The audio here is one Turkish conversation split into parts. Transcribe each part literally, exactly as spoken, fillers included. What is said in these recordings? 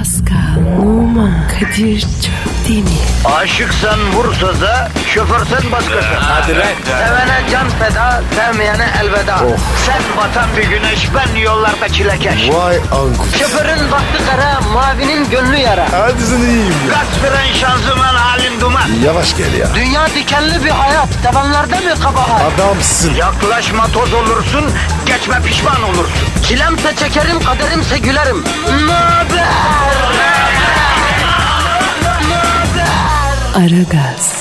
Pascal, Oman, Kadir çok değil mi? Aşıksan vursa da, şoförsen başkasın. Hadi lan. Sevene can feda, sevmeyene elveda. Oh. Sen batan bir güneş, ben yollarda çilekeş. Vay anku. Şoförün baktı kara, mavinin gönlü yara. Hadi sen iyiyim ya. Kasperen şanzıman halin duman. Yavaş gel ya. Dünya dikenli bir hayat, sevenlerde mi kabahar? Adamsın. Yaklaşma toz olursun, geçme pişman olursun. Çilemse çekerim, kaderimse gülerim. Möber! Aragaz.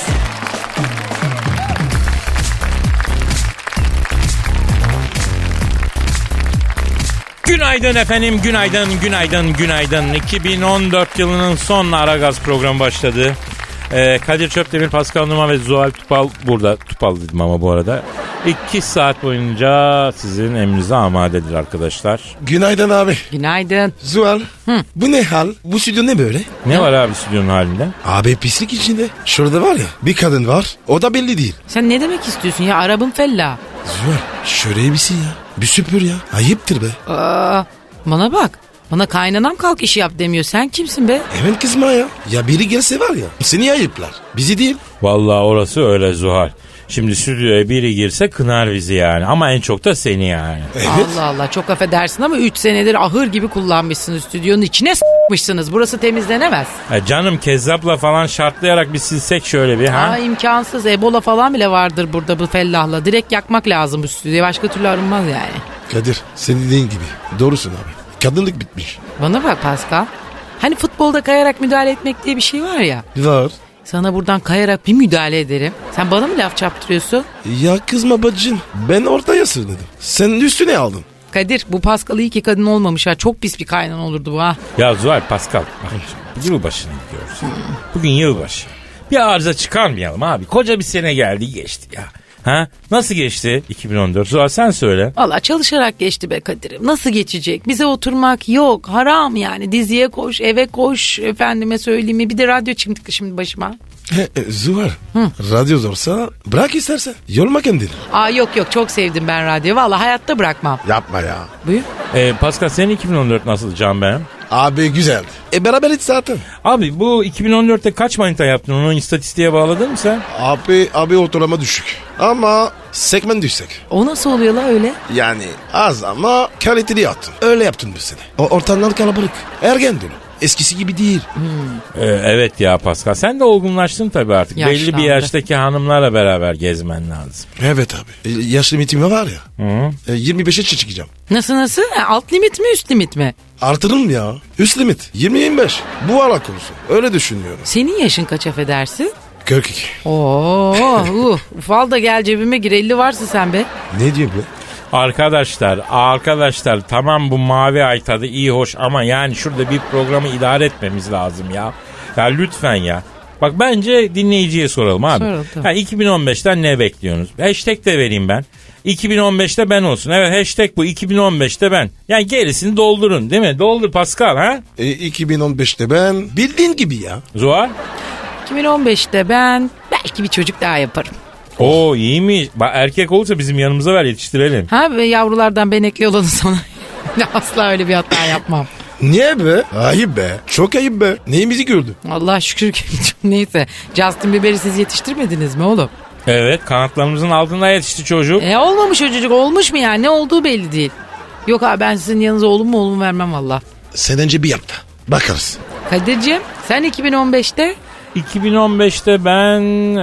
Günaydın efendim, günaydın, günaydın, günaydın. iki bin on dört yılının son Aragaz programı başladı. Ee, Kadir Çöptemir, Pascal Numa ve Zuhal Topal burada. Topal dedim ama bu arada. İki saat boyunca sizin emrinize amadedir arkadaşlar. Günaydın abi. Günaydın. Zuhal. Hı. Bu ne hal? Bu stüdyo ne böyle? Ne var abi stüdyonun halinde? Abi pislik içinde. Şurada var ya bir kadın var. O da belli değil. Sen ne demek istiyorsun ya? Arabın fella. Zuhal şöyle misin ya? Bir süpür ya. Ayıptır be. Aa, bana bak. Bana kaynanam kalk işi yap demiyor. Sen kimsin be? Hemen kızma ya. Ya biri gelse var ya seni ayıplar. Bizi değil. Vallahi orası öyle Zuhal. Şimdi stüdyoya biri girse kınar bizi yani. Ama en çok da seni yani. Evet. Allah Allah, çok affedersin ama üç senedir ahır gibi kullanmışsınız. Stüdyonun içine s**mışsınız. Burası temizlenemez. Ha canım, kezzapla falan şartlayarak bir silsek şöyle bir ha. Aa, imkansız. Ebola falan bile vardır burada bu fellahla. Direkt yakmak lazım bu stüdyoyu. Başka türlü arınmaz yani. Kadir senin dediğin gibi. Doğrusun abi. Kadınlık bitmiş. Bana bak Pascal. Hani futbolda kayarak müdahale etmek diye bir şey var ya. Var. Sana buradan kayarak bir müdahale ederim. Sen bana mı laf çarptırıyorsun? Ya kızma bacın. Ben ortaya sığındım. Sen üstüne aldın. Kadir, bu Pascal iyi ki kadın olmamış ha. Çok pis bir kaynan olurdu bu ha. Ya Zuhal, Pascal, bakın şimdi yılbaşına gidiyoruz. Bugün yılbaşı. Bir arıza çıkarmayalım abi. Koca bir sene geldi geçti ya. Ha? Nasıl geçti iki bin on dört? Zuhal sen söyle. Valla çalışarak geçti be Kadir'im. Nasıl geçecek? Bize oturmak yok. Haram yani. Diziye koş, eve koş. Efendime söyleyeyim mi? Bir de radyo çıktı şimdi başıma. He, e, Zuhal. Radyo zorsa bırak istersen. Yorma kendini. Aa yok yok, çok sevdim ben radyoyu. Valla hayatta bırakmam. Yapma ya. Buyur. Ee, Pascal, senin iki bin on dört nasıl can benim? Abi güzeldi. E beraberiz zaten. Abi bu iki bin on dörtte kaç manita yaptın? Onu istatistiğe bağladın mı sen? Abi abi ortalama düşük. Ama segment düşsek. O nasıl oluyor la öyle? Yani az ama kaliteli yaptın. Öyle yaptın bu sene. O ortamlar kalabalık. Ergen dolu. Eskisi gibi değil. Ee, evet ya Pascal, sen de olgunlaştın tabii artık. Yaşlandı. Belli bir yaştaki hanımlarla beraber gezmen lazım. Evet abi. E, yaş limitim var ya. Hı? E, yirmi beşe çıkacağım. Nasıl nasıl? Ha, alt limit mi üst limit mi? Artırım ya. Üst limit. yirmi yirmi beş. Bu ara konusu. Öyle düşünüyorum. Senin yaşın kaç affedersin? kırk iki. Oo, uh, ufal da gel cebime gir, elli varsa sen be. Ne diyor bu? Arkadaşlar, arkadaşlar tamam, bu mavi ay tadı iyi hoş ama yani şurada bir programı idare etmemiz lazım ya. Ya lütfen ya. Bak bence dinleyiciye soralım abi. Soralım, tamam. Ha, iki bin on beşten ne bekliyorsunuz? Hashtag de vereyim ben. iki bin on beşte ben olsun. Evet, hashtag bu, iki bin on beşte ben. Yani gerisini doldurun değil mi? Doldur Pascal ha? E, iki bin on beşte ben bildiğin gibi ya. Zuhal? iki bin on beşte ben belki bir çocuk daha yaparım. Oo iyi mi? Bak, erkek olursa bizim yanımıza ver, yetiştirelim. Ha ve yavrulardan benekli olanı sana. Asla öyle bir hata yapmam. Niye be? Ayıp be. Çok ayıp be. Neyimizi gördün? Allah şükür ki. Neyse, Justin Bieber'i siz yetiştirmediniz mi oğlum? Evet, kanatlarımızın altında yetişti çocuk. E olmamış o çocuk, olmuş mu yani? Ne olduğu belli değil. Yok abi, ben sizin yanınıza oğlum mu oğlum vermem valla. Sen önce bir yap da. Bakarız. Kadir'cim sen iki bin on beşte? iki bin on beşte ben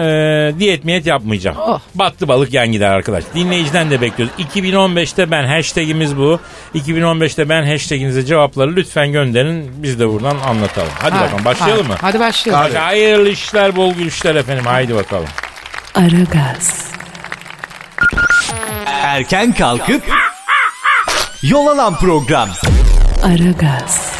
e, diyet miyet yapmayacağım. Oh. Battı balık yan gider arkadaş. Dinleyiciden de bekliyoruz. iki bin on beşte ben, hashtagimiz bu. iki bin on beşte ben hashtaginize cevapları lütfen gönderin. Biz de buradan anlatalım. Hadi Ha, bakalım, başlayalım ha, mı? Hadi başlayalım. Hadi, hayırlı işler, bol gülüşler efendim. Haydi bakalım. Aragaz. Erken kalkıp yol alan program. Aragaz.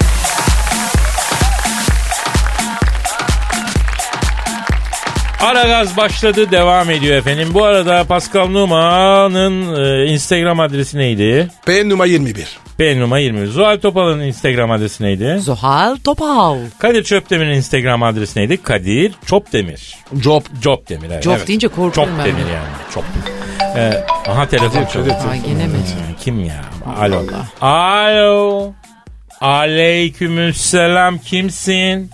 Aragaz başladı, devam ediyor efendim. Bu arada Pascal Numa'nın e, Instagram adresi neydi? P numara yirmi bir. P numara yirmi. Zuhal Topal'ın Instagram adresi neydi? Zuhal Topal. Kadir Çöpdemir'in Instagram adresi neydi? Kadir Çopdemir. Job. Çopdemir. Evet. Job evet. deyince korkuyorum ben. Çopdemir yani. Çop. Ee, aha telefon çalıyor. Aa, gene mi? Kim ya? Alo. Alo. Aleykümselam, kimsin?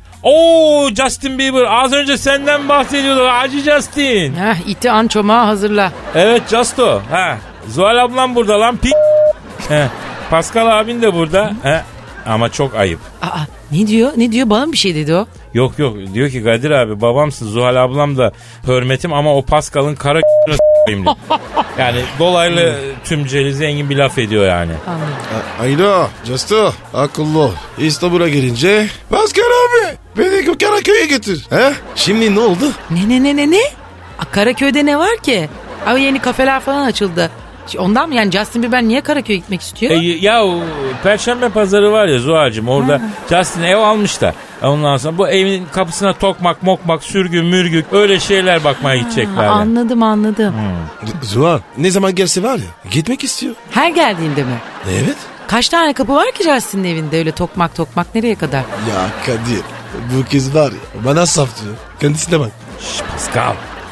Oo, Justin Bieber, az önce senden bahsediyorduk Hacı Justin. Heh, iti an çomağı hazırla. Evet Justo. Ha, Zuhal ablam burada lan pi. He, Pascal abin de burada. He, ama çok ayıp. Aa, ne diyor? Ne diyor? Bana bir şey dedi o. Yok yok, diyor ki Kadir abi babamsın, Zuhal ablam da hürmetim ama o Pascal'ın kara s**eyim diyor. Yani dolaylı tümceli zengin bir laf ediyor yani. Anladım. Ayda, Justo, akıllı ol. İstanbul'a gelince, Pascal abi beni Karaköy'e götür. He? Şimdi ne oldu? Ne ne ne ne ne? Aa, Karaköy'de ne var ki? Abi yeni kafeler falan açıldı. Ondan mı yani Justin Bieber niye Karaköy'e gitmek istiyor? E, ya Perşembe pazarı var ya Zuhal'cığım, orada ha. Justin ev almış da ondan sonra bu evin kapısına tokmak mokmak sürgü mürgü öyle şeyler bakmaya gidecekler. Ha, anladım anladım. Hmm. Zuhal ne zaman gelse var ya gitmek istiyor. Her geldiğinde mi? Evet. Kaç tane kapı var ki Justin'in evinde öyle tokmak tokmak nereye kadar? Ya Kadir bu kız var ya bana saf diyor. Kendisine bak. Şşş Pascal.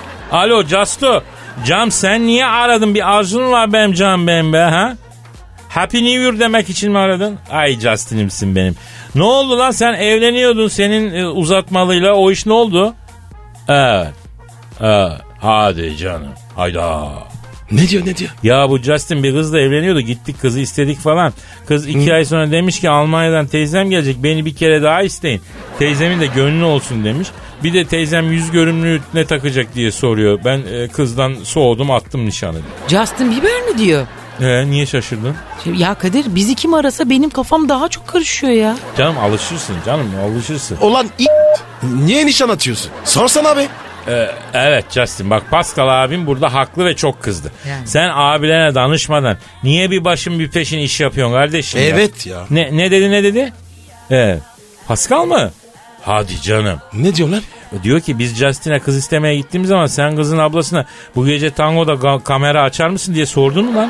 Alo Justo. Cam sen niye aradın? Bir arzun var benim canım benim be ha? Happy New Year demek için mi aradın? Ay Justin'imsin benim. Ne oldu lan, sen evleniyordun senin e, uzatmalıyla, o iş ne oldu? Evet. Evet. Hadi canım. Hayda. Ne diyor ne diyor? Ya bu Justin bir kızla evleniyordu, gittik kızı istedik falan. Kız iki Hı. ay sonra demiş ki Almanya'dan teyzem gelecek, beni bir kere daha isteyin. Teyzemin de gönlü olsun demiş. Bir de teyzem yüz görümlüğü ne takacak diye soruyor. Ben e, kızdan soğudum, attım nişanı. Justin Bieber mi diyor? Ee, niye şaşırdın? Ya Kadir bizi kim arasa benim kafam daha çok karışıyor ya. Canım alışırsın canım alışırsın. Ulan i- niye nişan atıyorsun? Sorsana abi. Ee, evet Justin bak, Pascal abim burada haklı ve çok kızdı. Yani. Sen abilerine danışmadan niye bir başın bir peşin iş yapıyorsun kardeşim? Evet ya. ya. Ne, ne dedi ne dedi? Evet. Pascal mı? Hadi canım. Ne diyorlar? Diyor ki biz Justin'e kız istemeye gittiğimiz zaman sen kızın ablasına bu gece tangoda ga- kamera açar mısın diye sordun mu lan?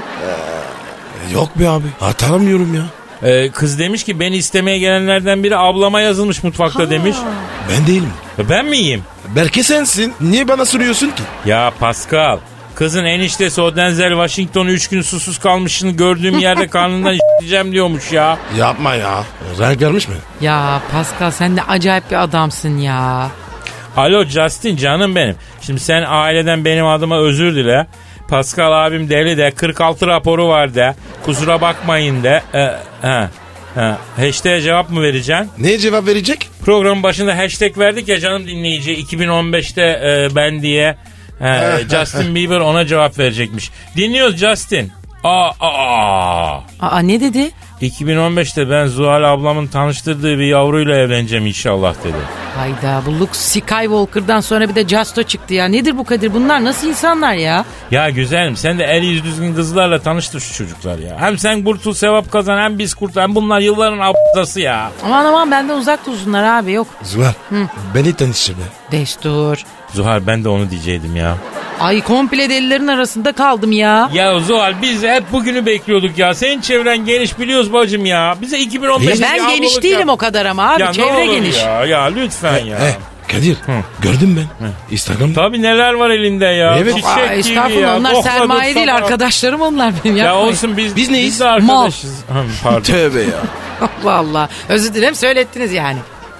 Ee, yok be abi. Hatırlamıyorum ya. Ee, kız demiş ki beni istemeye gelenlerden biri ablama yazılmış mutfakta ha. demiş. Ben değilim. Ben miyim? Belki sensin. Niye bana soruyorsun ki? Ya Pascal, kızın eniştesi o Denzel Washington'u üç gün susuz kalmışını gördüğüm yerde karnından işleyeceğim diyormuş ya. Yapma ya. Renk vermiş mi? Ya Pascal sen de acayip bir adamsın ya. Alo Justin canım benim. Şimdi sen aileden benim adıma özür dile. Pascal abim deli de kırk altı raporu var de. Kusura bakmayın de. Ee, he, he. Hashtag'e cevap mı vereceksin? Neye cevap verecek? Programın başında hashtag verdik ya canım dinleyici. iki bin on beşte e, ben diye. He, Justin Bieber ona cevap verecekmiş. Dinliyoruz Justin. Aa, aa. Aa ne dedi? iki bin on beşte ben Zuhal ablamın tanıştırdığı bir yavruyla evleneceğim inşallah dedi. Hayda bu Luke Skywalker'dan sonra bir de Justo çıktı ya. Nedir bu Kadir, bunlar nasıl insanlar ya? Ya güzelim sen de el yüz düzgün kızlarla tanıştır şu çocuklar ya. Hem sen kurtul sevap kazan hem biz kurt, hem bunlar yılların abdası ya. Aman aman benden uzak dursunlar abi, yok. Zuhal beni tanıştır be. Destur. Zuhal ben de onu diyecektim ya. Ay komple delilerin arasında kaldım ya. Ya Zuhal biz hep bugünü bekliyorduk ya. Senin çevren geniş biliyoruz bacım ya. Bize iki bin on beş ben geniş değilim ya. O kadar ama abi, ya çevre geniş. Ya, ya lütfen ya. He, Kadir Hı. gördün ben. Hı. Instagram'da. Tabii neler var elinde ya. Evet. Çiçek Aa, estağfurullah ya. onlar Dokladık sermaye sana. değil, arkadaşlarım onlar benim. Ya yapmayın. olsun biz, biz neyiz? Biz de arkadaşız. Mal. Pardon. Tövbe ya. Allah Allah. Özür dilerim, söylettiniz yani.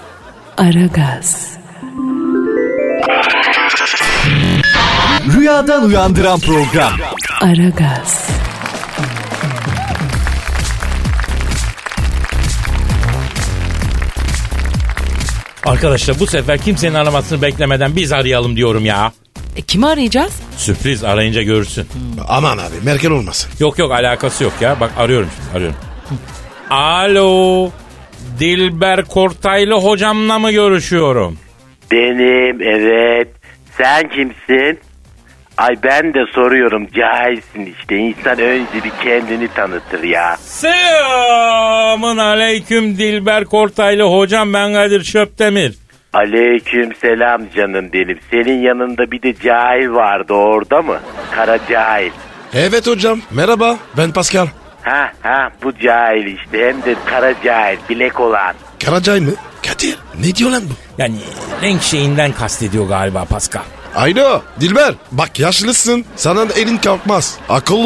Aragaz. Rüyadan uyandıran program. Aragaz. Arkadaşlar bu sefer kimsenin aramasını beklemeden biz arayalım diyorum ya. E, kimi arayacağız? Sürpriz, arayınca görürsün. Hmm. Aman abi Merkel olmasın. Yok yok alakası yok ya. Bak arıyorum şimdi arıyorum. Alo. Dilber Kortaylı hocamla mı görüşüyorum? Benim, evet. Sen kimsin? Ay ben de soruyorum, cahilsin işte. İnsan önce bir kendini tanıtır ya. Selamın aleyküm Dilber Kortaylı hocam, ben Kadir Çöptemir. Aleyküm selam canım benim. Senin yanında bir de cahil vardı, orada mı? Kara cahil. Evet hocam merhaba, ben Pascal. Ha ha bu cahil işte, hem de kara cahil, bilek olan. Karacay mı? Kadir ne diyor lan bu? Yani renk şeyinden kastediyor galiba Pascal. Aynen Dilber, bak yaşlısın, sana da elin kalkmaz, akıllı ol.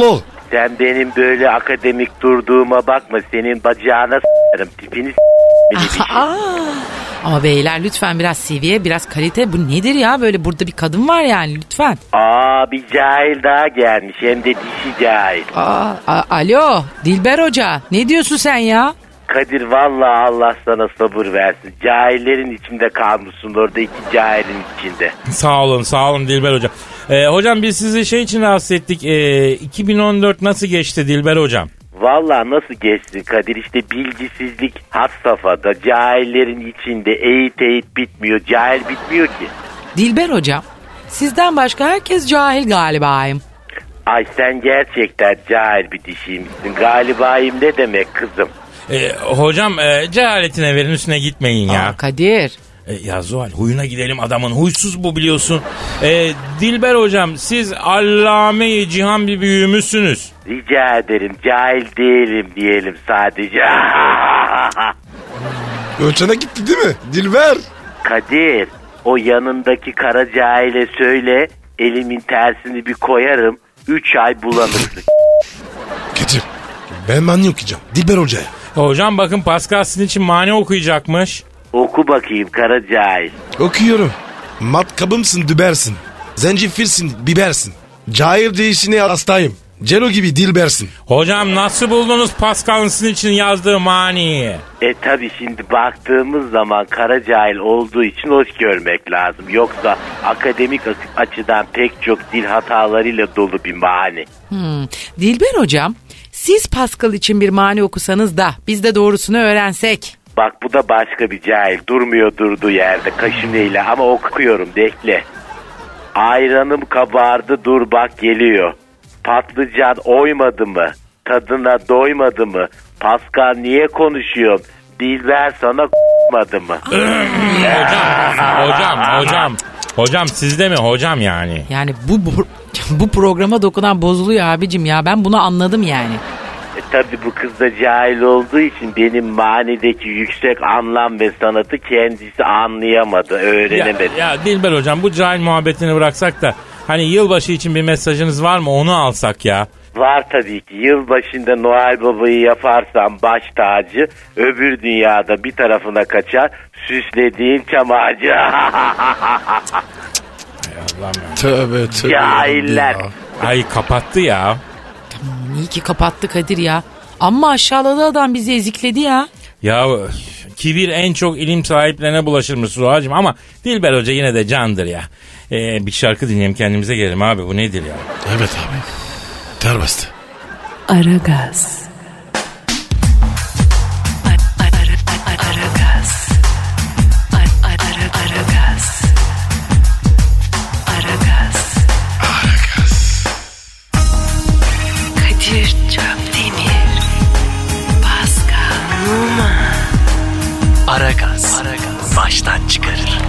sen benim böyle akademik durduğuma bakma. Senin bacağına s**arım. Tipini s**arım. Aa, ama beyler lütfen biraz seviye, biraz kalite. Bu nedir ya? Böyle burada bir kadın var yani lütfen. Aa, bir cahil daha gelmiş. Hem de dişi cahil. Aa, a- alo Dilber Hoca, ne diyorsun sen ya? Kadir vallahi Allah sana sabır versin. Cahillerin içinde kalmışsın orada, iki cahilin içinde. Sağ olun sağ olun Dilber hocam. Ee, hocam biz sizi şey için rahatsız ettik. Ee, iki bin on dört nasıl geçti Dilber hocam? Vallahi nasıl geçsin Kadir, işte bilgisizlik has safhada, cahillerin içinde, eğit eğit bitmiyor, cahil bitmiyor ki. Dilber Hocam, sizden başka herkes cahil galibayım. Ay sen gerçekten cahil bir dişiymişsin. Galibayım ne demek kızım? Ee, hocam e, cehaletine verin, üstüne gitmeyin ya. Aa, Kadir. E, ya Zuhal, huyuna gidelim adamın, huysuz bu biliyorsun. E, Dilber hocam, siz allame-i cihan bir büyüğümüzsünüz. Rica ederim, cahil değilim diyelim sadece. Ölçene gitti değil mi? Dilber. Kadir, o yanındaki kara cahile söyle, elimin tersini bir koyarım, üç ay bulanırsın. Getir. Ben mani okuyacağım. Dilber Hoca'ya. Hocam bakın, Pascal sizin için mani okuyacakmış. Oku bakayım kara cahil. Okuyorum. Matkabımsın, dübersin. Zencefilsin, bibersin. Cahil değişine hastayım. Celo gibi dilbersin. Hocam nasıl buldunuz Pascal'ın sizin için yazdığı maniyi? E tabi şimdi baktığımız zaman kara cahil olduğu için hoş görmek lazım. Yoksa akademik açıdan pek çok dil hatalarıyla dolu bir mani. Hmm. Dilber Hocam, siz Pascal için bir mani okusanız da biz de doğrusunu öğrensek. Bak bu da başka bir cahil, durmuyor durduğu yerde kaşınıyla, ama okuyorum, bekle. Ayranım kabardı, dur bak geliyor. Patlıcan oymadı mı? Tadına doymadı mı? Pascal niye konuşuyorsun? Dilber sana k***madı mı? hocam, hocam, hocam. Hocam sizde mi hocam yani? Yani bu, bu bu programa dokunan bozuluyor abicim ya, ben bunu anladım yani. E tabi bu kız da cahil olduğu için benim manideki yüksek anlam ve sanatı kendisi anlayamadı, öğrenemedi. Ya, ya Dilber hocam, bu cahil muhabbetini bıraksak da hani yılbaşı için bir mesajınız var mı, onu alsak ya. Var tabii ki. Yılbaşında Noel Baba'yı yaparsam baş tacı, öbür dünyada bir tarafına kaçar süslediğin çam ağacı. Tövbe tövbe. Cahiller. Ay kapattı ya. İyi ki kapattı Kadir ya. Amma aşağıladı adam, bizi ezikledi ya. Ya kibir en çok ilim sahiplerine bulaşırmış Suhacığım, ama Dilber Hoca yine de candır ya. Ee, bir şarkı dinleyelim, kendimize gelelim abi, bu nedir ya? Evet abi. Ter bastı. Aragaz. Aragaz. Aragaz. Aragaz. Aragaz. Kadir Çöpdemir. Pascal Numa. Aragaz. Baştan çıkarır.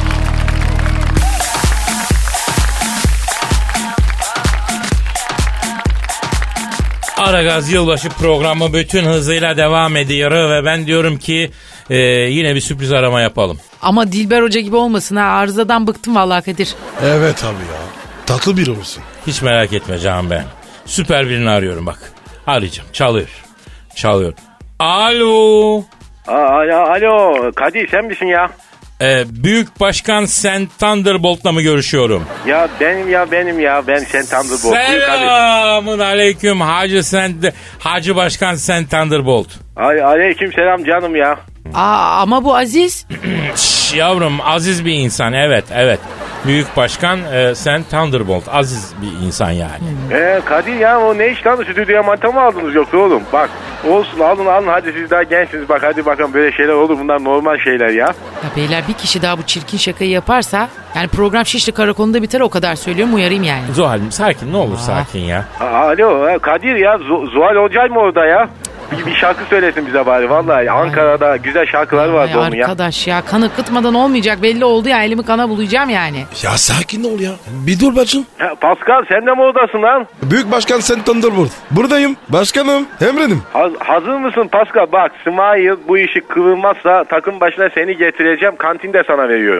Aragaz yılbaşı programı bütün hızıyla devam ediyor ve ben diyorum ki e, yine bir sürpriz arama yapalım. Ama Dilber Hoca gibi olmasın ha, arızadan bıktım vallahi Kadir. Evet abi ya. Tatlı biri olsun. Hiç merak etme canım ben. Süper birini arıyorum bak. Arayacağım. Çalıyor. Çalıyor. Alo. Alo, alo. Kadir sen misin ya? Ee, Büyük Başkan Sen Thunderbolt'la mı görüşüyorum? Ya benim ya benim ya ben Sen Thunderbolt. Selamun aleyküm Hacı Sen Hacı Başkan Sen Thunderbolt. Aleyküm selam canım ya. Aa, ama bu Aziz. Şş, yavrum, aziz bir insan, evet evet. Büyük Başkan e, Sen Thunderbolt, aziz bir insan yani. Ee, Kadir ya o ne iş lan, stüdyoya manta mı aldınız yoksa oğlum? Bak olsun, alın alın hadi, siz daha gençsiniz, bak hadi bakalım, böyle şeyler olur, bunlar normal şeyler ya. Ya beyler, bir kişi daha bu çirkin şakayı yaparsa yani program Şişli Karakolu'nda biter, o kadar söylüyorum, uyarayım yani. Zuhal'im sakin, ne olur sakin ya. Alo Kadir ya, Z- Zuhal Olcay mı orada ya? Bir, bir şarkı söylesin bize bari, vallahi Ankara'da güzel şarkılar vardı Ay onun ya. arkadaş ya, kan akıtmadan olmayacak, belli oldu ya, elimi kana bulayacağım yani. Ya sakin ol ya. Bir dur bacım. Ha, Pascal sen de mi oradasın lan? Büyük Başkan Sen Thunderbolt. Buradayım. Başkanım. Emredim. Haz- hazır mısın Pascal? Bak Smile bu işi kıvırmazsa takım başına seni getireceğim, kantinde sana veriyorum.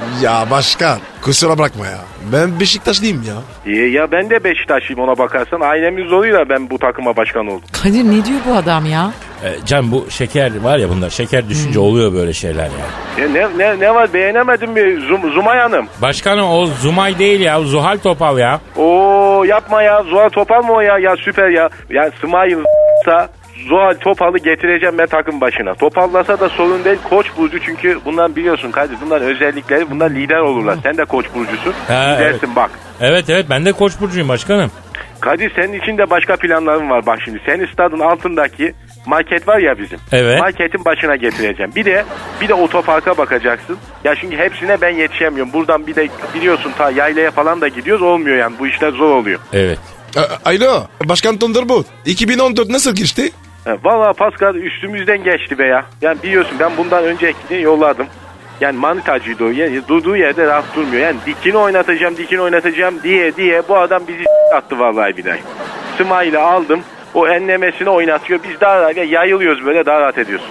Ya başkan kusura bakma ya. Ben Beşiktaşlıyım ya. Ya, ya ben de Beşiktaşlıyım ona bakarsan. Ailemiz oluyor ben bu takıma başkan oldum. Kadir ne diyor bu adam ya? E, Can bu şeker var ya bunda şeker düşünce hmm. oluyor böyle şeyler ya. ya ne, ne, ne var beğenemedin mi Zum, Zumay Hanım? Başkanım o Zumay değil ya Zuhal Topal ya. Oo yapma ya Zuhal Topal mı o ya? Ya süper ya. Ya Smayıl'sa Zuhal Topal'ı getireceğim ben takım başına. Topallasa da sorun değil. Koç burcu çünkü bundan biliyorsun Kadir. Bunların özellikleri bunlar lider olurlar. Sen de Koç burcusun. Ha, Lidersin evet. bak. Evet evet ben de Koç burcuyum başkanım. Kadir senin için de başka planlarım var bak şimdi. Senin stadın altındaki market var ya bizim. Evet. Marketin başına getireceğim. Bir de bir de otoparka bakacaksın. Ya çünkü hepsine ben yetişemiyorum. Buradan bir de biliyorsun ta yaylaya falan da gidiyoruz. Olmuyor yani. Bu işler zor oluyor. Evet. A- Alo Başkan Thunderbolt iki bin on dört nasıl geçti? Valla Pascal üstümüzden geçti be ya. Yani biliyorsun ben bundan öncekini yolladım. Yani manitacıydı o. Yani durduğu yerde rahat durmuyor. Yani dikini oynatacağım, dikini oynatacağım diye diye bu adam bizi attı vallahi bir daha. Smayıl'ı aldım. O enlemesini oynatıyor. Biz daha rahat yayılıyoruz böyle daha rahat ediyoruz.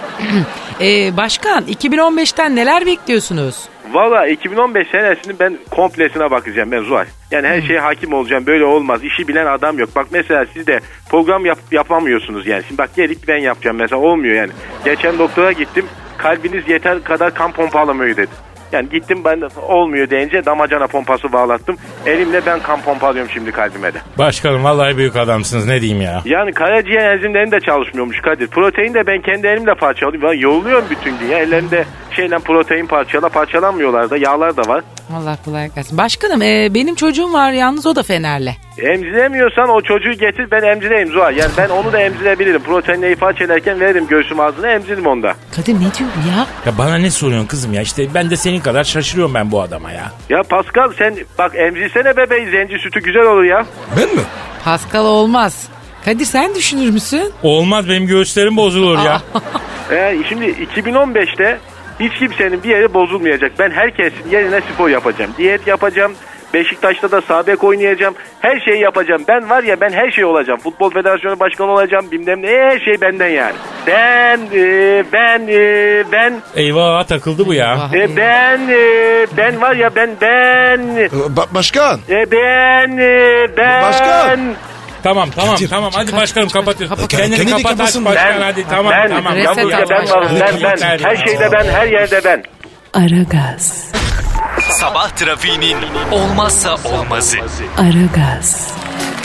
ee, başkan iki bin on beşten neler bekliyorsunuz? Valla iki bin on beş senesinin ben komplesine bakacağım ben Zuhal. Yani her şeye hakim olacağım. Böyle olmaz. İşi bilen adam yok. Bak mesela siz de program yap, yapamıyorsunuz yani. Şimdi bak gelip ben yapacağım mesela olmuyor yani. Geçen doktora gittim. Kalbiniz yeter kadar kan pompalamıyor dedi. Yani gittim ben de olmuyor deyince damacana pompası bağlattım. Elimle ben kan pompalıyorum şimdi kalbime de. Başkanım vallahi büyük adamsınız ne diyeyim ya. Yani karaciğer enzimlerim de çalışmıyormuş Kadir. Protein de ben kendi elimle parçalıyorum. Ben yoğuluyorum bütün gün ya. Ellerimde şeyle protein parçala parçalanmıyorlar da yağlar da var. Allah kolay gelsin. Başkanım e, benim çocuğum var yalnız o da Fenerli. Emziremiyorsan o çocuğu getir ben emzireyim Zuhal. Yani ben onu da emzirebilirim. Proteinleri parçalarken veririm göğsüm ağzına emziririm onda. Kadir ne diyor bu ya? Ya bana ne soruyorsun kızım ya işte ben de senin kadar şaşırıyorum ben bu adama ya. Ya Pascal sen bak emzirsene bebeği zenci sütü güzel olur ya. Ben mi? Pascal olmaz. Kadir sen düşünür müsün? Olmaz benim göğüslerim bozulur ya. ee, şimdi iki bin on beşte hiç kimsenin bir yeri bozulmayacak. Ben herkesin yerine spor yapacağım. Diyet yapacağım. Beşiktaş'ta da sağ bek oynayacağım. Her şeyi yapacağım. Ben var ya ben her şey olacağım. Futbol Federasyonu Başkanı olacağım. Bilmem ne her şey benden yani. Ben e, ben e, ben Eyvah takıldı bu ya. e, ben e, ben var ya ben ben Ba- başkan. e, ben e, ben Başkan. Tamam tamam Kadir, tamam hadi kaç, başkanım kaç, kapatıyoruz. kapat. Kendini Kendini kapat aç kapatsın. başkan Ben- hadi tamam ben tamam. ya bu işte ben varım ben ben her şeyde ben her yerde ben. Aragaz, Sabah trafiğinin olmazsa olmazı. Aragaz,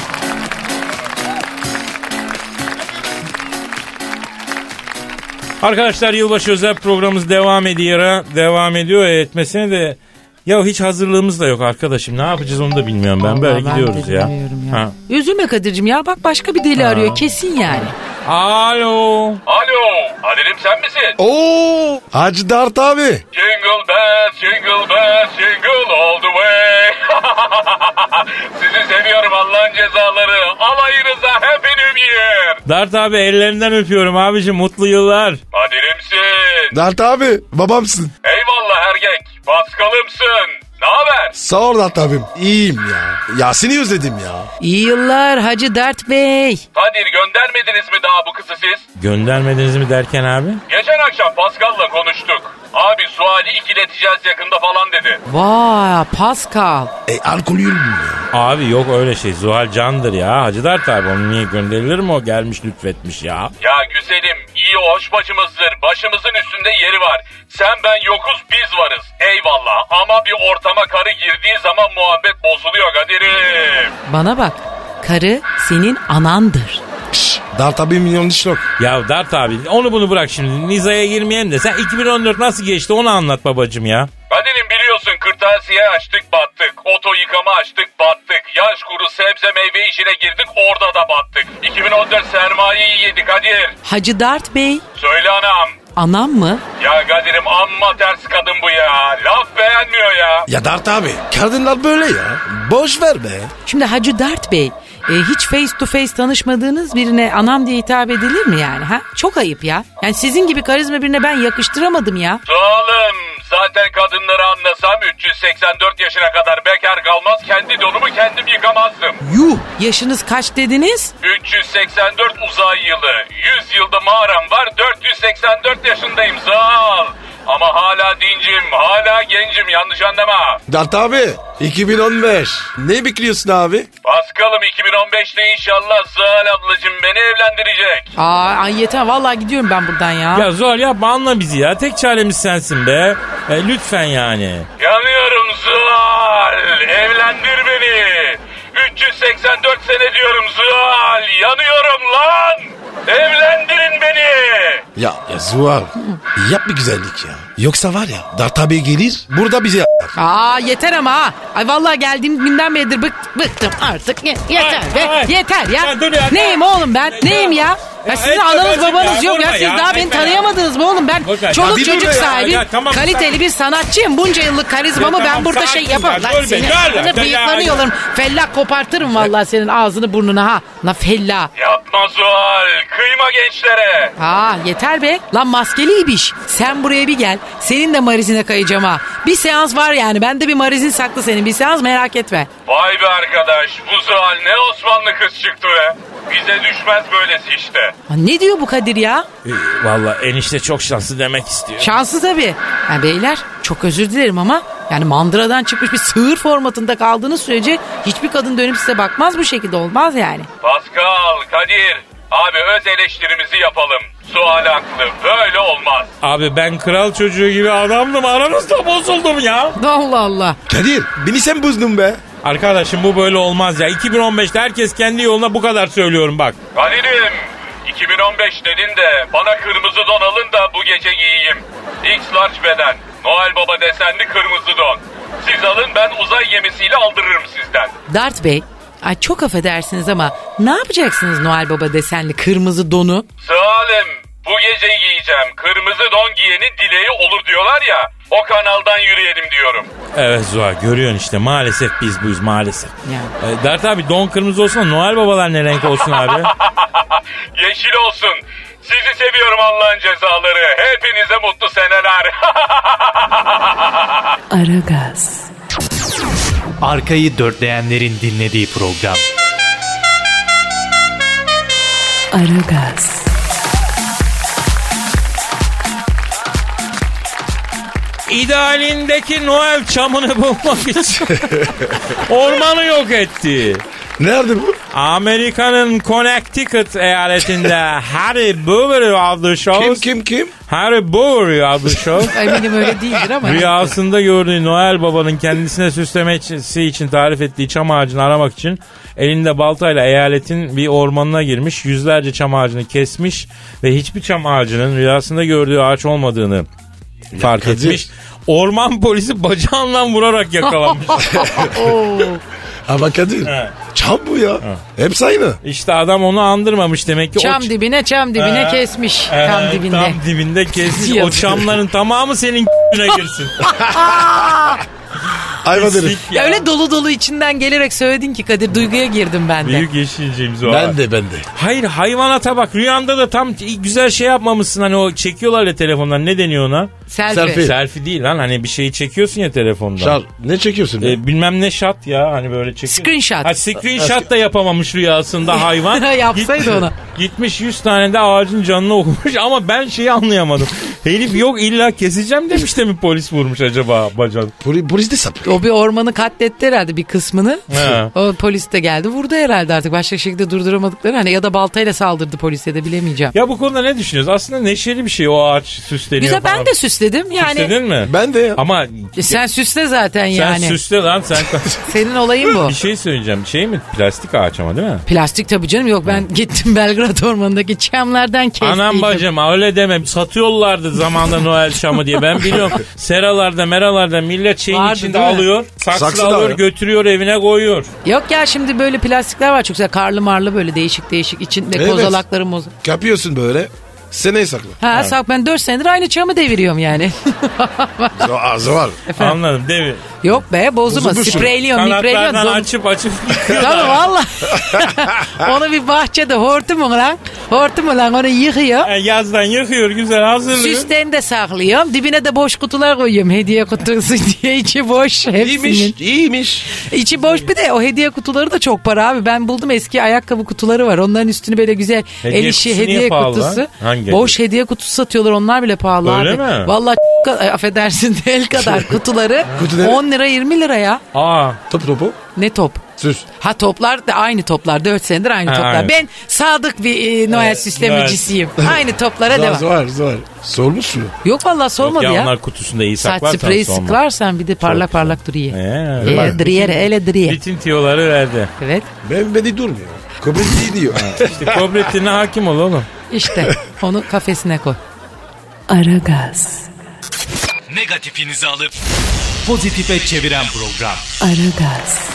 Arkadaşlar yılbaşı özel programımız devam ediyor. Devam ediyor etmesine de ya hiç hazırlığımız da yok arkadaşım. Ne yapacağız onu da bilmiyorum ben. Vallahi Böyle ben gidiyoruz de ya. bilmiyorum ya. Ha. Üzülme Kadir'cim ya bak başka bir deli arıyor kesin yani. Alo. Alo, Adil'im sen misin? Oo, Hacı Dert abi. Jingle bells, jingle bells, jingle all the way. Sizi seviyorum Allah'ın cezaları. Alayınıza happy new year. Dert abi ellerinden öpüyorum abicim mutlu yıllar. Adil'imsin. Dert abi babamsın. Eyvallah ergek. Paskal'ımsın. Ne haber? Sağ ol Dert abim. İyiyim ya. Ya seni özledim ya. İyi yıllar Hacı Dert Bey. Kadir göndermediniz mi daha bu kızı siz? Göndermediniz mi derken abi? Geçen akşam Pascal'la konuştuk. Abi Sual'i ikileteceğiz yakında falan dedi. Vay Pascal. E alkol yürüdüm ya. Abi yok öyle şey Zuhal candır ya. Hacı Dert abi onu niye gönderilir mi o gelmiş lütfetmiş ya. Ya güzelim iyi hoş bacımızdır. Başımızın üstünde yeri var. Sen ben yokuz biz varız. Eyvallah ama bir ortama karı girdiği zaman muhabbet bozuluyor Kadir'im. Bana bak karı senin anandır. Şşş Dert abi milyon iş yok. Ya Dert abi onu bunu bırak şimdi. Niza'ya girmeyelim de sen iki bin on dört nasıl geçti onu anlat babacığım ya. Kadir'im biliyorsun kırtasiye açtık battık. Oto yıkama açtık battık. Yaş kuru sebze meyve işine girdik orada da battık. iki bin on dört sermayeyi yedik Kadir. Hacı Dert Bey. Söyle anam. Anam mı? Ya Kadir'im amma ters kadın bu ya. Laf beğenmiyor ya. Ya Dert abi kadınlar böyle ya. Boş ver be. Şimdi Hacı Dert Bey e, hiç face to face tanışmadığınız birine anam diye hitap edilir mi yani? Ha? Çok ayıp ya. Yani sizin gibi karizma birine ben yakıştıramadım ya. Oğlum zaten kadınları anlasam üç yüz seksen dört yaşına kadar bekar kalmaz kendi donumu kendim yıkamazdım. Yuh yaşınız kaç dediniz? üç yüz seksen dört uzay yılı. yüz yılda mağaram var dört yüz seksen dört yaşındayım sağ ol. Ama hala dincim, hala gencim, yanlış anlama. Dert abi iki bin on beş. Ne bekliyorsun abi? Paskal'ım iki bin on beşte inşallah Zuhal ablacığım beni evlendirecek. Aa ay yeter vallahi gidiyorum ben buradan ya. Ya Zuhal yapma, anla bizi ya. Tek çaremiz sensin be. E, lütfen yani. Yanıyorum Zuhal, evlendir beni. üç yüz seksen dört sene diyorum Zuhal, yanıyorum lan. Evlendirin beni. Ya, ya Zuhal yap bir güzellik ya. Yoksa var ya Dert abi gelir burada bizi yapar. Aa yeter ama ha. Ay vallahi geldiğim günden beridir bık, bıktım artık. Ye- yeter Ay, be. ay. Yeter ya. Ya dur ya. Neyim oğlum ben? Neyim ya? Ya sizin etme ananız bacım babanız ya, yok ya. vurma Siz ya, daha beni etme tanıyamadınız mı oğlum? Ben Boş ver. çoluk Ya, çocuk bir dur be ya. sahibi, Ya, tamam, kaliteli sen- bir sanatçıyım. Bunca yıllık karizmamı Ya, ben tamam, burada sakin şey yapamam. ol, Lan dur be, seni gel ya, ağzını gel bıyıklarını ya. yolarım. Fellah kopartırım vallahi senin ağzını burnunu ha. La fellah. Yapma Zuhal, kıyma gençlere. Aa yeter be. Lan maskeli ibiş. Sen buraya bir gel. Senin de marizine kayacağım ha. Bir seans var yani. Bende bir marizin saklı senin. Bir seans merak etme. Vay be arkadaş, bu Zuhal ne Osmanlı kız çıktı be. Bize düşmez böylesi işte. Ha, ne diyor bu Kadir ya? E, Valla enişte çok şanslı demek istiyor. Şanslı tabii. Ha, beyler çok özür dilerim ama yani mandıradan çıkmış bir sığır formatında kaldığınız sürece hiçbir kadın dönüp size bakmaz, bu şekilde olmaz yani. Pascal, Kadir, abi öz eleştirimizi yapalım. Zuhal haklı, böyle olmaz. Abi ben kral çocuğu gibi adamdım, aranızda bozuldum ya. Allah Allah. Kadir beni sen bozdun be. Arkadaşım bu böyle olmaz ya. iki bin on beşte herkes kendi yoluna, bu kadar söylüyorum bak. Kadir'im, iki bin on beş dedin de bana kırmızı don alın da bu gece giyeyim. X large beden, Noel Baba desenli kırmızı don. Siz alın, ben uzay gemisiyle aldırırım sizden. Dart Bey, ay çok affedersiniz ama ne yapacaksınız Noel Baba desenli kırmızı donu? Salim, bu gece giyeceğim. Kırmızı don giyenin dileği olur diyorlar ya. O kanaldan yürüyelim diyorum. Evet Zuhal, görüyorsun işte, maalesef biz buyuz maalesef. Ya. E, Dert abi don kırmızı olsun da Noel Babalar ne renk olsun abi? Yeşil olsun. Sizi seviyorum Allah'ın cezaları. Hepinize mutlu seneler. Aragaz, Arkayı dörtleyenlerin dinlediği program. Aragaz, İdealindeki Noel çamını bulmak için ormanı yok etti. Nerede bu? Amerika'nın Connecticut eyaletinde Harry Bowery adlı Kim şahıs. kim kim? Harry Bowery adlı şahıs. Eminim öyle değildir ama. Rüyasında gördüğü Noel Baba'nın kendisine süslemesi için tarif ettiği çam ağacını aramak için elinde baltayla eyaletin bir ormanına girmiş. Yüzlerce çam ağacını kesmiş ve hiçbir çam ağacının rüyasında gördüğü ağaç olmadığını fark Kadir. etmiş. Orman polisi bacağından vurarak yakalamış. Ama Kadir He. çam bu ya. Hepsi aynı. İşte adam onu andırmamış demek ki. Çam o ç- dibine çam dibine Ee, kesmiş. Ee, Tam dibinde. Tam dibinde kesmiş. O Yazık. çamların tamamı senin güne girsin. Ayva derim. Pislik Ya öyle dolu dolu içinden gelerek söyledin ki Kadir, duyguya girdim ben de. Büyük yeşilciyim o. Ben de ben de. Hayır, hayvanata bak, rüyanda da tam güzel şey yapmamışsın, hani o çekiyorlar ya telefondan, ne deniyor ona? Selfie. Selfie. Selfie değil lan, hani bir şeyi çekiyorsun ya telefondan. Şar ne çekiyorsun? ya? Ee, bilmem ne shot ya, hani böyle çekiyor. Screenshot. Ha, screenshot da yapamamış rüyasında hayvan. Yapsaydı Git- onu. Gitmiş yüz tane de ağacın canını okumuş ama ben şeyi anlayamadım. Herif yok illa keseceğim demiş de mi polis vurmuş acaba bacak? Poli, polis de sapıyor. O bir ormanı katletti herhalde bir kısmını. He. O polis de geldi vurdu herhalde artık. Başka şekilde durduramadıkları hani, ya da baltayla saldırdı polise de bilemeyeceğim. Ya bu konuda ne düşünüyorsun? Aslında neşeli bir şey, o ağaç süsleniyor Güzel, falan. ben de süsledim yani. Süsledin mi? Ben de ya. Ama E sen süsle zaten sen yani. süsle lan sen. Senin olayın bu. Bir şey söyleyeceğim. Şey mi? Plastik ağaç ama değil mi? Plastik tabii canım, yok ben gittim Belgrad ormanındaki çamlardan kestim. Anam bacım öyle demem. Satıyorlardı zamanda Noel çamı diye. Ben biliyorum. Seralarda meralarda millet şeyin Vardı, içinde değil mi? alıyor. Saksıda Saksıda alıyor, ya. götürüyor evine koyuyor. Yok ya, şimdi böyle plastikler var çok güzel, karlı marlı, böyle değişik değişik içinde Evet. kozalakları moz. Kapıyorsun böyle. Seneye sakla. Ha sak, ben dört senedir aynı çamı deviriyorum yani. Zor. Zor. Efendim? Anladım değil mi? Yok be bozulma. Bozulmuş. Spreyliyorsun, mipreyliyorsun. Kanatlardan Don... açıp açıp. Tabii valla. Onu bir bahçede hortum mu lan? Hortum mu lan onu yıkıyor. Yani yazdan yıkıyor güzel hazırlıyor. Süslerini de saklıyorum. Dibine de boş kutular koyuyorum. Hediye kutusu diye içi boş hepsinin. İyiymiş, iyiymiş. İçi boş bir de o hediye kutuları da çok para abi. Ben buldum eski ayakkabı kutuları var. Onların üstünü böyle güzel Hediye el işi kutusu niye hediye pahalı kutusu. lan? Hangi Boş hediye? hediye kutusu satıyorlar onlar bile pahalı Öyle abi. mi? Vallahi affedersin el kadar kutuları Kutuları? on lira yirmi lira ya. Aa. Top topu. Ne top? Süs. Ha toplar da aynı toplar. Dört senedir aynı Ha, toplar. aynen. Ben sadık bir e, Noel süslemecisiyim. Aynı toplara Zor, devam. zor, zor. Sormuş mu? Yok vallahi sormadı Yok ya, ya. onlar kutusunda iyi Saç saklarsan spreyi sorma. sıklarsan bir de parlak parlak duruyor. Ee, Ee, Driyer, ele driyer. Bütün tiyoları verdi. Evet. Ben beni durmuyor. Kobret diyor. İşte kobretine hakim ol oğlum. İşte onu kafesine koy. Aragaz, Negatifinizi alıp pozitife çeviren program. Aragaz,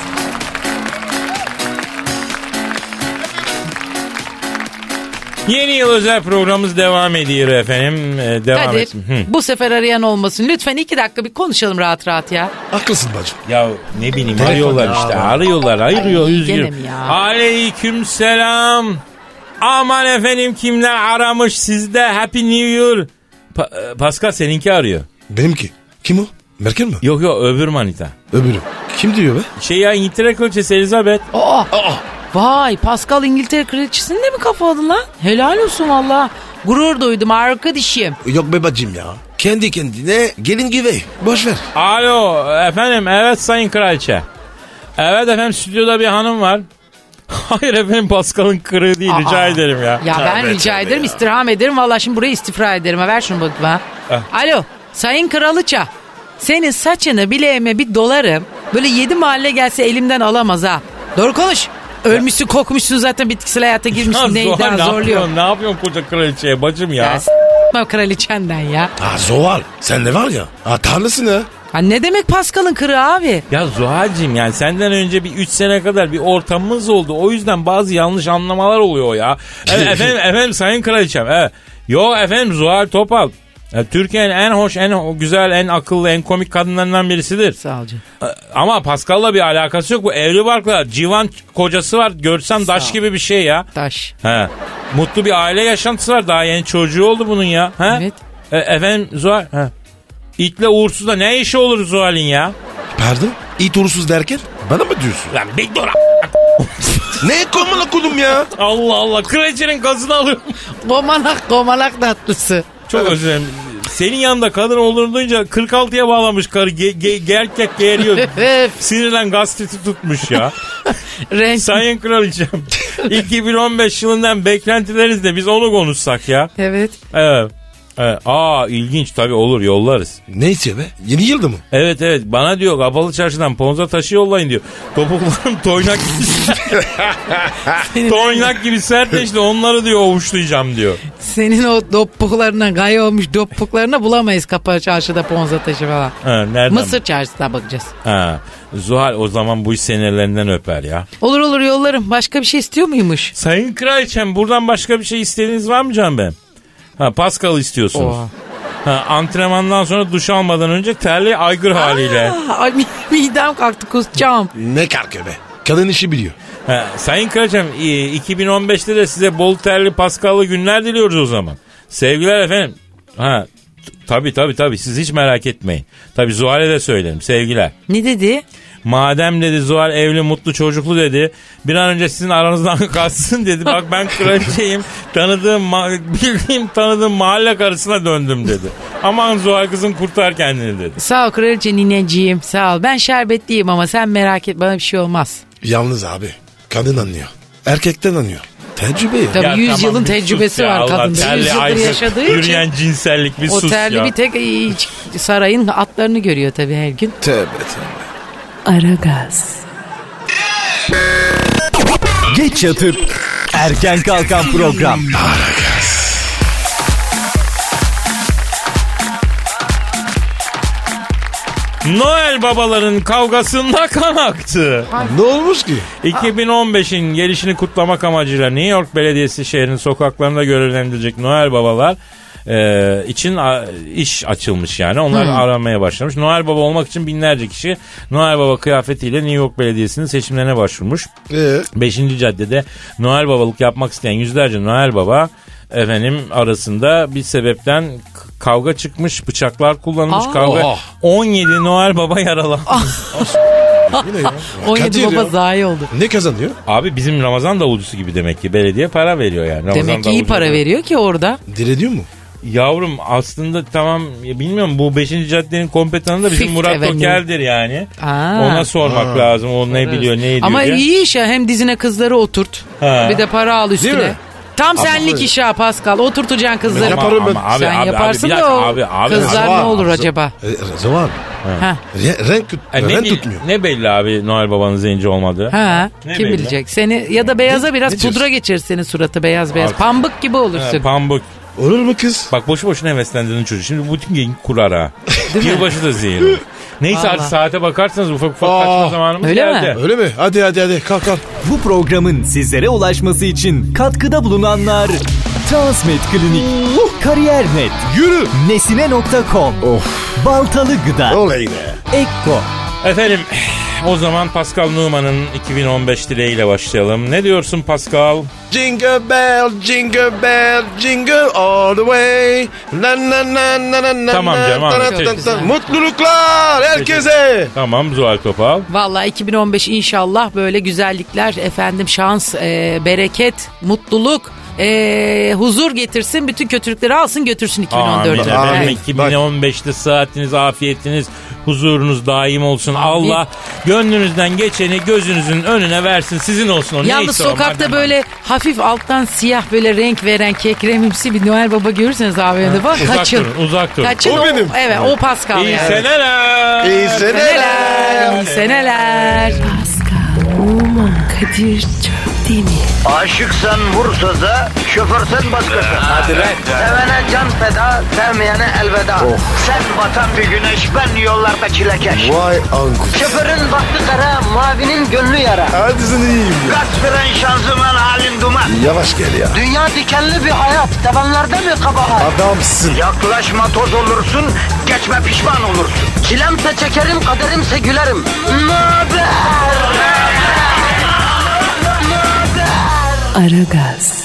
Yeni yıl özel programımız devam ediyor efendim. Ee, devam Kadir etsin. Hı. bu sefer arayan olmasın. Lütfen iki dakika bir konuşalım rahat rahat ya. Haklısın bacım. Ya ne bileyim Telefon arıyorlar ya. işte arıyorlar arıyor Ay, üzgünüm. gene mi ya? Aleyküm selam. Aman efendim kimler aramış sizde Happy New Year. Pa- Pascal seninki arıyor. Benimki. Kim o? Merkel mi? Yok yok öbür manita. Öbürü. Kim diyor be? Şey ya İngiltere Kraliçesi Elizabeth. Aa, vay Pascal İngiltere kraliçesini de mi kafaladın lan? Helal olsun valla. Gurur duydum arkadaşım. Yok be bacım ya. Kendi kendine gelin gibi. Boş ver. Alo efendim evet sayın kraliçe. Evet efendim stüdyoda bir hanım var. Hayır efendim Pascal'ın kırığı değil rica Aa. ederim ya. Ya ben Tövbe rica tövbe ederim ya. istirham ederim. Valla şimdi burayı istifra ederim. Ha, ver şunu bakayım ha. Ah. Alo sayın kraliçe. Senin saçını bileğime bir dolarım. Böyle yedi mahalle gelse elimden alamaz ha. Doğru konuş. Ölmüşsün kokmuşsun zaten bitkisel hayata Ya girmişsin. Neyi Zuhal, daha ne zorluyor. yapıyorsun? Ne yapıyorsun koca kraliçeye bacım ya? Ya s**ma kraliçenden ya. Ha Zoal. Sen de var ya. Hatarlısın ha. Ha ne demek Pascal'ın kırığı abi? Ya Zuhal'cim yani senden önce bir üç sene kadar bir ortamımız oldu. O yüzden bazı yanlış anlamalar oluyor ya. Evet, efendim, efendim sayın kraliçem. Evet. Yo efendim Zuhal Topal. Ya, Türkiye'nin en hoş, en güzel, en akıllı, en komik kadınlarından birisidir. Sağ ol canım. Ama Pascal'la bir alakası yok. Bu evli barklı. Civan kocası var. Görsen daş ol. gibi bir şey ya. Taş. He. Mutlu bir aile yaşantısı var. Daha yeni çocuğu oldu bunun ya. He? Evet. E, efendim Zuhal. He. İtle uğursuzla ne işi olur Zuhal'in ya? Pardon? İt uğursuz derken bana mı diyorsun? Lan bir dur. Ne komuna kodum ya? Allah Allah. Kraliçenin gazını alıyorum. Gomalak gomalak tatlısı. Çok özür dilerim. Senin yanında kadın olduğunu duyunca kırk altıya bağlamış karı. Ge- ge- gerkek geğiriyor. Sinirlen gazetesi tutmuş ya. Renk. Sayın Kraliçem. iki bin on beş yılından beklentileriniz de biz onu konuşsak ya. Evet. Evet. Evet. Aa ilginç tabii olur yollarız. Ne istiyor be? Yeni yılda mı? Evet evet bana diyor kapalı çarşıdan ponza taşı yollayın diyor. Topuklarım toynak gibi toynak gibi sertleşti onları diyor ovuşlayacağım diyor. Senin o dopuklarına gaya olmuş dopuklarına bulamayız kapalı çarşıda ponza taşı falan. Ha, nereden? Mısır çarşısına bakacağız. Ha, Zuhal o zaman bu iş senelerinden öper ya. Olur olur yollarım. Başka bir şey istiyor muymuş? Sayın Kraliçem buradan başka bir şey istediğiniz var mı canım benim? Ha Pascal'ı istiyorsunuz. Oha. Ha, antrenmandan sonra duş almadan önce terli aygır haliyle. Aa, ay mi- midem kalktı kusacağım. Ne kalkıyor be? Kadın işi biliyor. Ha, Sayın Kraliçem iki bin on beşte de size bol terli Pascal'lı günler diliyoruz o zaman. Sevgiler efendim. Ha tabii tabii tabii siz hiç merak etmeyin. Tabii Zuhal'e de söylerim sevgiler. Ne dedi? Madem dedi Zuhal evli mutlu çocuklu dedi. Bir an önce sizin aranızdan kalsın dedi. Bak ben kraliçeyim. Tanıdığım, ma- bildiğim tanıdığım mahalle karısına döndüm dedi. Aman Zuhal kızım kurtar kendini dedi. Sağ ol kraliçe nineciğim sağ ol. Ben şerbetliyim ama sen merak et bana bir şey olmaz. Yalnız abi. Kadın anlıyor. Erkekten anlıyor. Tecrübe ya. Tabii Ya yüz tamam, yılın bir sus tecrübesi ya, var Allah, kadında. terli yüz yıldır aygır, yaşadığı için. yürüyen cinsellik bir O sus terli ya. bir tek e, sarayın atlarını görüyor tabii her gün. Tövbe tövbe. Aragaz, Geç yatıp erken kalkan program. Noel babaların kavgasında kan aktı. Ne olmuş ki? iki bin on beşin gelişini kutlamak amacıyla New York Belediyesi şehrin sokaklarında görevlendirecek Noel babalar e, için a, iş açılmış yani. Onlar hmm. aramaya başlamış. Noel Baba olmak için binlerce kişi Noel Baba kıyafetiyle New York Belediyesi'nin seçimlerine başvurmuş. Ee? Beşinci caddede Noel Babalık yapmak isteyen yüzlerce Noel Baba efendim arasında bir sebepten kavga çıkmış, bıçaklar kullanılmış. Aa, kavga. Oh. on yedi Noel Baba yaralanmış. on yedi baba zayi oldu. Ne kazanıyor? Abi bizim Ramazan davulcusu gibi demek ki. Belediye para veriyor yani. Ramazan demek ki iyi para veriyor ki orada. Dirediyor mu? Yavrum aslında tamam bilmiyorum bu beşinci caddenin kompetanı da bizim Fifth Murat Tokel'dir yani. Aa. Ona sormak Aa. lazım. O ne evet. biliyor ne ediyor Ama diye. iyi iş ya, hem dizine kızları oturt. Ha. Bir de para al üstüne. Tam ama senlik iş ha Pascal. Oturtacaksın kızları. Yaparım ben. Abi, sen abi, yaparsın abi, da o abi, abi, kızlar abi, ne olur abi, acaba? Zaman. Re- renk tut, e, renk ne, tutmuyor. Ne belli abi Noel Baba'nın zenci olmadığı? Ha, ne kim belli? Bilecek? Seni ya da beyaza ne, biraz ne pudra geçir senin suratı beyaz beyaz. Abi. Pambık gibi olursun. He, pambık. Olur mu kız? Bak boşu boşuna heveslendirdin çocuğu. Şimdi bütün genç kurar ha. Yılbaşı da zehir. Neyse artık saate bakarsanız ufak ufak Aa, kaçma zamanımız öyle geldi. Mi? Öyle mi? Hadi hadi hadi kalk kalk. Bu programın sizlere ulaşması için katkıda bulunanlar Transmed Klinik, Kariyer.net, Yürü, Nesine nokta com, of. Baltalı Gıda, oley be. Ekko. Efendim o zaman Pascal Numan'ın iki bin on beş dileğiyle başlayalım. Ne diyorsun Pascal? Jingle bell, jingle bell, jingle all the way. Na na na na na. Tamam canım anlatayım. Mutluluklar herkese. Tamam Zuhal Topal. Vallahi iki bin on beş inşallah böyle güzellikler, efendim şans, e, bereket, mutluluk, e, huzur getirsin. Bütün kötülükleri alsın götürsün iki bin on dörtte. Amin. Evet. iki bin on beşte saatiniz, afiyetiniz, huzurunuz daim olsun. Amin. Allah gönlünüzden geçeni gözünüzün önüne versin. Sizin olsun o. Yalnız neyse sokakta o, böyle hafif alttan siyah böyle renk veren kekremimsi bir Noel Baba görürseniz abi önünde bak uzak kaçın. Durun, uzak durun. Kaçın o, o benim. Evet o Pascal. İyi yani. seneler. İyi seneler. İyi seneler. Pascal, Oman, Kadir, çok değil mi? Aşıksan vursa da, şoförsen başkasın. Hadi lan. Sevene can feda, sevmeyene elveda. Oh. Sen batan bir güneş, ben yollarda çilekeş. Vay anku. Şoförün baktı kara, mavinin gönlü yara. Hadi sen iyiyim ya. Kasperen şanzıman halin duman. Yavaş gel ya. Dünya dikenli bir hayat, sevenlerde mi kabahar? Adamsın. Yaklaşma toz olursun, geçme pişman olursun. Çilemse çekerim, kaderimse gülerim. Möber! Aragaz.